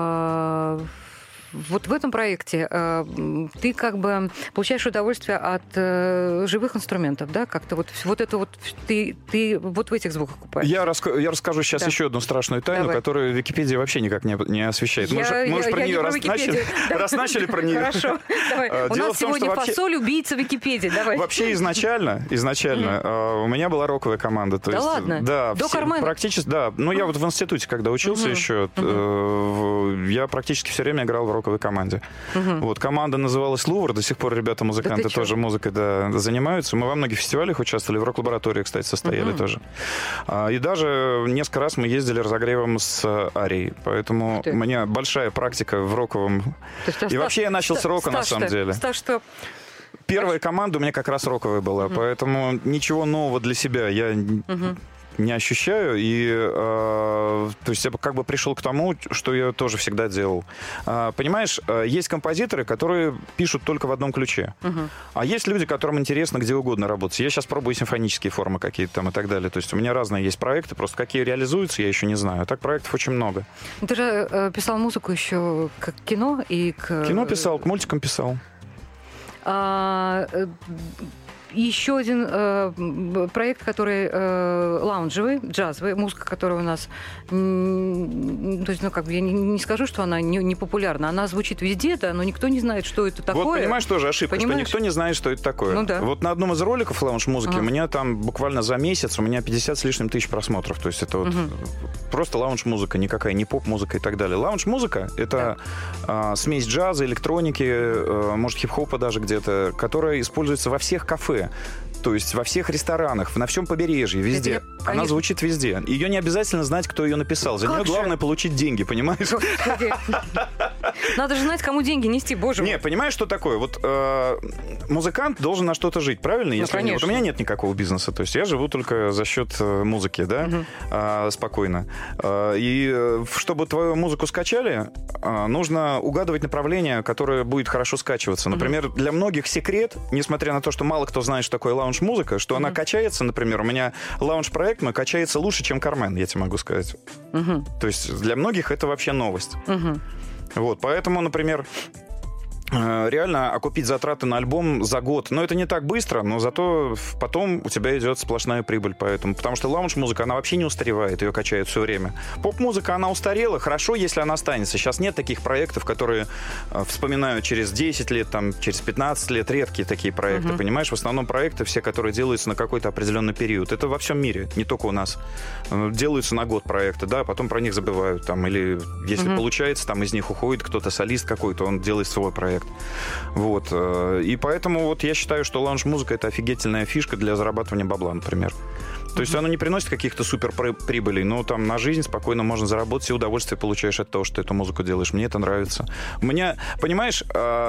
[SPEAKER 3] вот в этом проекте ты как бы получаешь удовольствие от живых инструментов, да? Как-то вот это вот ты вот в этих звуках купаешь.
[SPEAKER 4] Я расскажу сейчас еще одну страшную тайну,
[SPEAKER 3] Давай.
[SPEAKER 4] которую Википедия вообще никак не освещает. Мы же про нее раз начали про нее.
[SPEAKER 3] Хорошо, давай. У нас сегодня фасоль убийца Википедии. Давай.
[SPEAKER 4] Вообще изначально у меня была роковая команда.
[SPEAKER 3] Да ладно?
[SPEAKER 4] Да,
[SPEAKER 3] До Кармена?
[SPEAKER 4] практически, да. Ну, я вот в институте, когда учился еще, я практически все время играл в роковой команде. Вот, команда называлась «Лувр», до сих пор ребята-музыканты тоже музыкой занимаются. Мы во многих фестивалях участвовали, в рок-лаборатории, кстати, состояли тоже. И даже несколько раз мы ездили разогревом с Арией, поэтому у меня большая практика в роковом. И вообще я начал с рока, на самом деле. Первая команда у меня как раз роковая была, поэтому ничего нового для себя я не ощущаю. И, то есть я как бы пришел к тому, что я тоже всегда делал. Понимаешь, есть композиторы, которые пишут только в одном ключе. А есть люди, которым интересно где угодно работать. Я сейчас пробую симфонические формы какие-то там и так далее. То есть у меня разные есть проекты, просто какие реализуются, я еще не знаю. А так проектов очень много.
[SPEAKER 3] Ты же писал музыку еще к кино и к...
[SPEAKER 4] Кино писал, к мультикам писал.
[SPEAKER 3] Еще один проект, который лаунжевый, джазовый, музыка, которая у нас, то есть, ну, как бы я не скажу, что она не популярна, она звучит везде, да, но никто не знает, что это такое.
[SPEAKER 4] Вот понимаешь, тоже ошибка, что никто не знает, что это такое.
[SPEAKER 3] Ну, да.
[SPEAKER 4] Вот на одном из роликов лаунж-музыки у меня там буквально за месяц у меня 50 с лишним тысяч просмотров. То есть это вот просто лаунж-музыка, никакая не поп-музыка и так далее. Лаунж-музыка — это смесь джаза, электроники, может, хип-хопа даже где-то, которая используется во всех кафе. То есть во всех ресторанах, на всем побережье, везде. Она звучит везде. Ее не обязательно знать, кто ее написал. За нее главное получить деньги, понимаешь?
[SPEAKER 3] Надо же знать, кому деньги нести, боже мой.
[SPEAKER 4] Не, понимаешь, что такое? Вот музыкант должен на что-то жить, правильно? Если вот у меня нет никакого бизнеса. То есть я живу только за счет музыки, да, спокойно. И чтобы твою музыку скачали, нужно угадывать направление, которое будет хорошо скачиваться. Например, для многих секрет, несмотря на то, что мало кто знает, что такое лаунж-музыка, что она качается, например, у меня лаунж-проект мой качается лучше, чем Кармен, я тебе могу сказать. То есть для многих это вообще новость. Вот, поэтому, например, реально окупить затраты на альбом за год. Но это не так быстро, но зато потом у тебя идет сплошная прибыль. Поэтому, потому что лаунж-музыка, она вообще не устаревает, ее качают все время. Поп-музыка, она устарела, хорошо, если она останется. Сейчас нет таких проектов, которые вспоминают через 10 лет, там, через 15 лет, редкие такие проекты, понимаешь? В основном проекты все, которые делаются на какой-то определенный период. Это во всем мире, не только у нас. Делаются на год проекты, да, потом про них забывают. Там, или если получается, там из них уходит кто-то, солист какой-то, он делает свой проект. Вот. И поэтому вот я считаю, что лаунж-музыка — это офигительная фишка для зарабатывания бабла, например. То есть она не приносит каких-то супер прибылей, но там на жизнь спокойно можно заработать, и удовольствие получаешь от того, что ты эту музыку делаешь. Мне это нравится. У меня, понимаешь,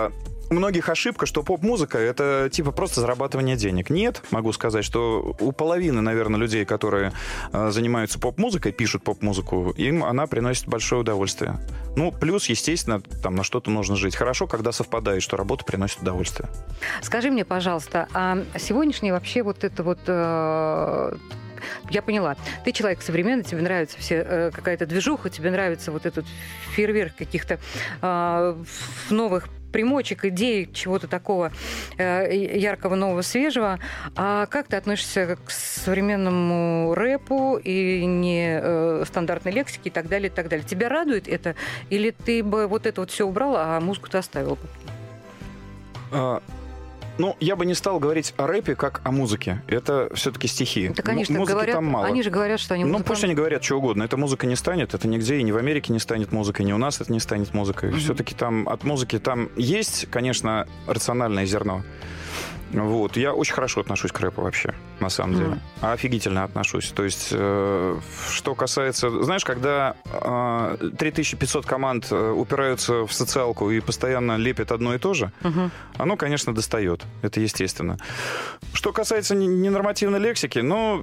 [SPEAKER 4] у многих ошибка, что поп-музыка — это типа просто зарабатывание денег. Нет, могу сказать, что у половины, наверное, людей, которые занимаются поп-музыкой, пишут поп-музыку, им она приносит большое удовольствие. Ну, плюс, естественно, там на что-то нужно жить. Хорошо, когда совпадает, что работа приносит удовольствие.
[SPEAKER 3] Скажи мне, пожалуйста, а сегодняшний вообще вот это вот... Я поняла. Ты человек современный, тебе нравится все какая-то движуха, тебе нравится вот этот фейерверк каких-то новых примочек, идей, чего-то такого яркого, нового, свежего. А как ты относишься к современному рэпу и не стандартной лексике и так далее, и так далее? Тебя радует это? Или ты бы вот это вот все убрал, а музыку ты оставил бы?
[SPEAKER 4] Ну, я бы не стал говорить о рэпе как о музыке. Это все-таки стихи.
[SPEAKER 3] Так они же
[SPEAKER 4] Музыки
[SPEAKER 3] говорят,
[SPEAKER 4] там мало.
[SPEAKER 3] они же говорят, что они
[SPEAKER 4] Ну,
[SPEAKER 3] музыканты.
[SPEAKER 4] пусть они говорят что угодно. Эта музыка не станет, это нигде и ни в Америке не станет музыкой, ни у нас это не станет музыкой. Все-таки там от музыки там есть, конечно, рациональное зерно. Вот. Я очень хорошо отношусь к рэпу вообще, на самом деле. Офигительно отношусь. То есть, что касается... Знаешь, когда 3500 команд упираются в социалку и постоянно лепят одно и то же, оно, конечно, достает. Это естественно. Что касается ненормативной лексики, ну,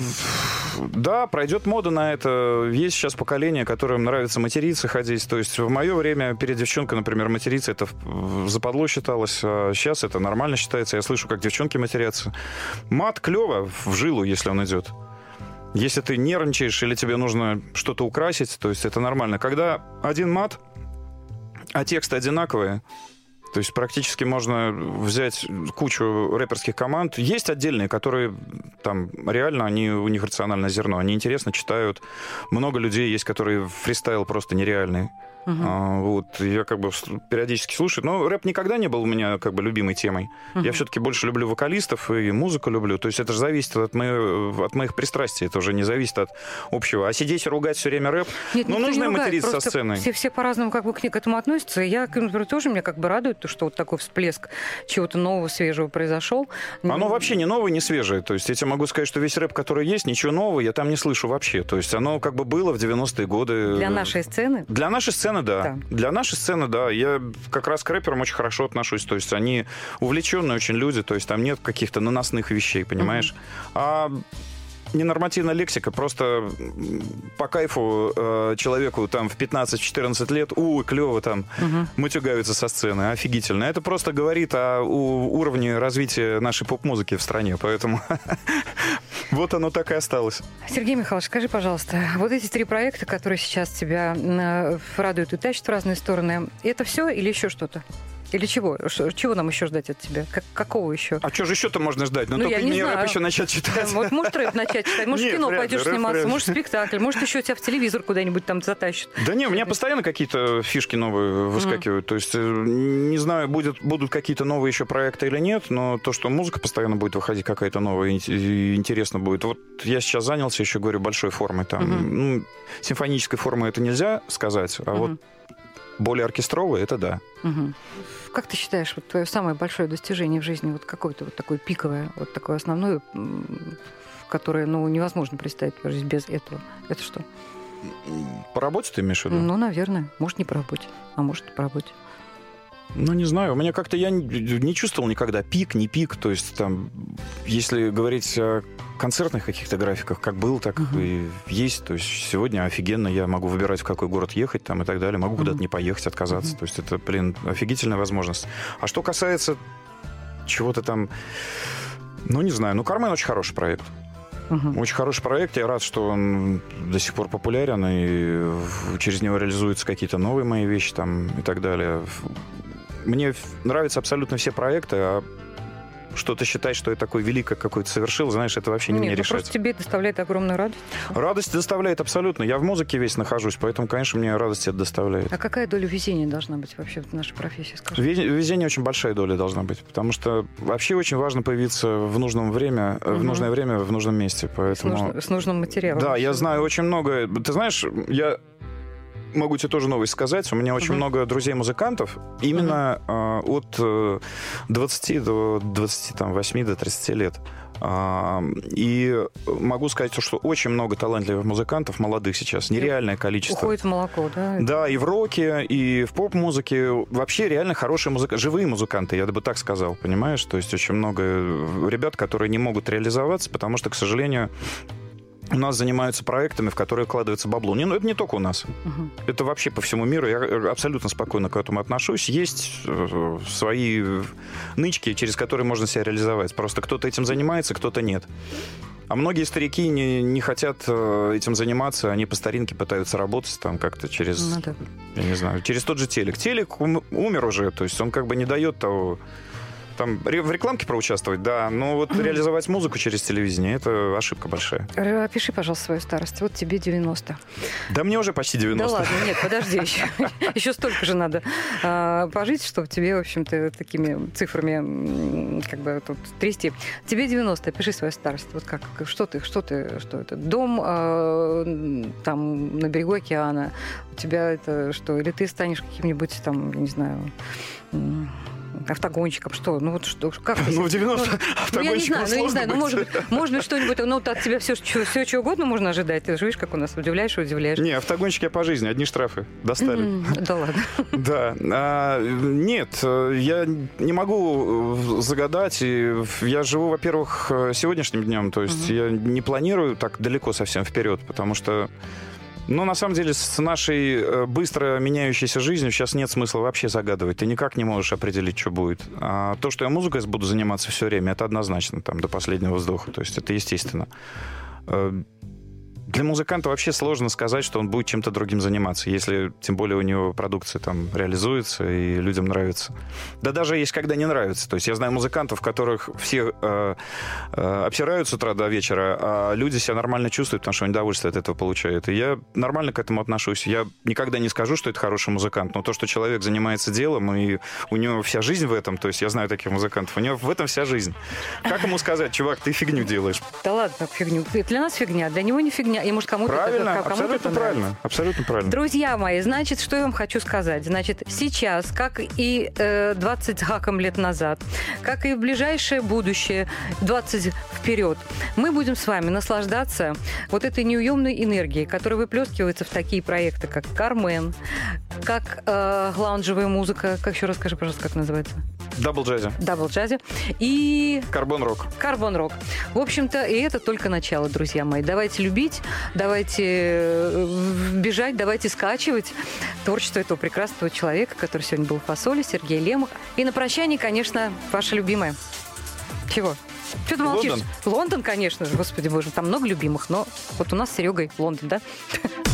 [SPEAKER 4] да, пройдет мода на это. Есть сейчас поколение, которым нравится материться, ходить. То есть в мое время перед девчонкой, например, материться, это западло считалось. А сейчас это нормально считается. Я слышу, как девчонки матерятся. Мат клево в жилу, если он идет. Если ты нервничаешь или тебе нужно что-то украсить, то есть это нормально. Когда один мат, а тексты одинаковые, то есть практически можно взять кучу рэперских команд. Есть отдельные, которые там реально, у них рациональное зерно. Они интересно читают. Много людей есть, которые фристайл просто нереальный. Вот, я как бы периодически слушаю. Но рэп никогда не был у меня как бы любимой темой. Я все-таки больше люблю вокалистов и музыку люблю. То есть это же зависит от моих пристрастий. Это уже не зависит от общего. А сидеть и ругать все время рэп,
[SPEAKER 3] Нет,
[SPEAKER 4] ну, нужно им материться со сцены.
[SPEAKER 3] Все по-разному как бы к этому относятся. И я, например, тоже меня как бы радует, то, что вот такой всплеск чего-то нового, свежего произошел.
[SPEAKER 4] Оно вообще не новое, не свежее. То есть я тебе могу сказать, что весь рэп, который есть, ничего нового я там не слышу вообще. То есть оно как бы было в 90-е годы.
[SPEAKER 3] Для нашей сцены?
[SPEAKER 4] Для нашей сцены, да. Для нашей сцены, да. Я как раз к рэперам очень хорошо отношусь. То есть они увлеченные очень люди. То есть там нет каких-то наносных вещей, понимаешь? А ненормативная лексика, просто по кайфу человеку там в 15-14 лет, клево там, матюгаются со сцены, офигительно. Это просто говорит о уровне развития нашей поп-музыки в стране, поэтому вот оно так и осталось.
[SPEAKER 3] Сергей Михайлович, скажи, пожалуйста, вот эти 3 проекта, которые сейчас тебя радуют и тащат в разные стороны, это все или еще что-то? Или чего? Чего нам еще ждать от тебя? Какого еще?
[SPEAKER 4] А что же еще-то можно ждать? Ну,
[SPEAKER 3] я
[SPEAKER 4] только
[SPEAKER 3] не
[SPEAKER 4] не
[SPEAKER 3] знаю.
[SPEAKER 4] рэп еще начать читать.
[SPEAKER 3] Вот, может, рэп начать читать, может, в
[SPEAKER 4] Нет,
[SPEAKER 3] кино
[SPEAKER 4] вряд ли,
[SPEAKER 3] пойдешь
[SPEAKER 4] рэп
[SPEAKER 3] сниматься,
[SPEAKER 4] вряд ли.
[SPEAKER 3] может, спектакль, может, еще тебя в телевизор куда-нибудь там затащат.
[SPEAKER 4] Да не, у меня постоянно какие-то фишки новые выскакивают. То есть, не знаю, будут какие-то новые еще проекты или нет, но то, что музыка постоянно будет выходить какая-то новая и интересно будет. Вот я сейчас занялся, еще говорю, большой формой. Там, симфонической формы это нельзя сказать, а вот более оркестровой это да.
[SPEAKER 3] Как ты считаешь, вот твое самое большое достижение в жизни, вот какое-то вот такое пиковое, вот такое основное, которое, невозможно представить жизнь без этого? Это что?
[SPEAKER 4] По работе ты имеешь в виду?
[SPEAKER 3] Ну, наверное. Может, не по работе, а может, по работе.
[SPEAKER 4] Ну, не знаю. У меня как-то я не чувствовал никогда пик, не пик. То есть, там, если говорить о концертных каких-то графиках, как был, так и есть. То есть, сегодня офигенно. Я могу выбирать, в какой город ехать там, и так далее. Могу куда-то не поехать, отказаться. То есть, это, офигительная возможность. А что касается чего-то там... Ну, не знаю. «Кармен» очень хороший проект. Очень хороший проект. Я рад, что он до сих пор популярен, и через него реализуются какие-то новые мои вещи там, и так далее. Мне нравятся абсолютно все проекты, а что-то считать, что я такой великий какой-то совершил, знаешь, это вообще не мне решать.
[SPEAKER 3] Просто тебе доставляет огромную радость.
[SPEAKER 4] Радость доставляет абсолютно. Я в музыке весь нахожусь, поэтому, конечно, мне радость это доставляет.
[SPEAKER 3] А какая доля везения должна быть вообще в нашей профессии, скажи?
[SPEAKER 4] Везение очень большая доля должна быть, потому что вообще очень важно появиться в нужное время, в нужном месте. Поэтому...
[SPEAKER 3] С нужным материалом.
[SPEAKER 4] Да, я знаю очень много. Ты знаешь, могу тебе тоже новость сказать. У меня очень много друзей-музыкантов. Именно от 20 до 28 до 30 лет. И могу сказать, что очень много талантливых музыкантов, молодых сейчас, нереальное количество.
[SPEAKER 3] Уходит в молоко, да?
[SPEAKER 4] Да, и в роке, и в поп-музыке. Вообще реально хорошие живые музыканты, я бы так сказал, понимаешь? То есть очень много ребят, которые не могут реализоваться, потому что, к сожалению, у нас занимаются проектами, в которые вкладывается бабло. Ну, это не только у нас. Это вообще по всему миру. Я абсолютно спокойно к этому отношусь. Есть свои нычки, через которые можно себя реализовать. Просто кто-то этим занимается, кто-то нет. А многие старики не хотят этим заниматься. Они по старинке пытаются работать там как-то через... Я не знаю, через тот же телек. Телек умер уже. То есть он как бы не дает того... Там в рекламке проучаствовать, да, но вот реализовать музыку через телевидение — это ошибка большая.
[SPEAKER 3] Опиши, пожалуйста, свою старость. Вот тебе 90.
[SPEAKER 4] Да мне уже почти 90.
[SPEAKER 3] Да ладно, нет, подожди, еще столько же надо пожить, чтобы тебе, в общем-то, такими цифрами как бы тут трясти. Тебе 90, опиши свою старость. Вот как, что это? Дом там на берегу океана. У тебя это что? Или ты станешь каким-нибудь там, я не знаю... автогонщиком, что? Ну вот что, как?
[SPEAKER 4] Ну, в 90 автогонщиком сложно быть.
[SPEAKER 3] Может быть, что-нибудь, ну, от тебя все, что угодно можно ожидать. Ты же видишь, как у нас удивляешь.
[SPEAKER 4] Не, автогонщики я по жизни, одни штрафы достали.
[SPEAKER 3] Да ладно.
[SPEAKER 4] Да. Нет, я не могу загадать. Я живу, во-первых, сегодняшним днем, то есть я не планирую так далеко совсем вперед, потому что на самом деле, с нашей быстро меняющейся жизнью сейчас нет смысла вообще загадывать. Ты никак не можешь определить, что будет. А то, что я музыкой буду заниматься все время, это однозначно, там, до последнего вздоха. То есть это естественно. Для музыканта вообще сложно сказать, что он будет чем-то другим заниматься, если, тем более, у него продукция там реализуется и людям нравится. Да даже есть, когда не нравится. То есть я знаю музыкантов, которых все обсирают с утра до вечера, а люди себя нормально чувствуют, потому что они удовольствие от этого получают. И я нормально к этому отношусь. Я никогда не скажу, что это хороший музыкант, но то, что человек занимается делом, и у него вся жизнь в этом, то есть я знаю таких музыкантов, у него в этом вся жизнь. Как ему сказать: чувак, ты фигню делаешь?
[SPEAKER 3] Да ладно, фигню. Для нас фигня, для него не фигня. И, может, кому-то
[SPEAKER 4] правильно,
[SPEAKER 3] это,
[SPEAKER 4] абсолютно правильно, абсолютно правильно.
[SPEAKER 3] Друзья мои, значит, что я вам хочу сказать. Значит, сейчас, как и 20 с гаком лет назад, как и в ближайшее будущее, 20 вперед, мы будем с вами наслаждаться вот этой неуемной энергией, которая выплескивается в такие проекты, как «Кармен», как лаунжевая музыка. Как еще расскажи, пожалуйста, как называется? Дабл-джазе. И...
[SPEAKER 4] Карбон-рок.
[SPEAKER 3] Карбон-рок. В общем-то, и это только начало, друзья мои. Давайте любить, давайте бежать, давайте скачивать творчество этого прекрасного человека, который сегодня был в «Фасоле», Сергей Лемах. И на прощание, конечно, ваша любимая. Чего? Что ты молчишь? Лондон, конечно же. Господи боже, там много любимых, но вот у нас с Серегой Лондон, да?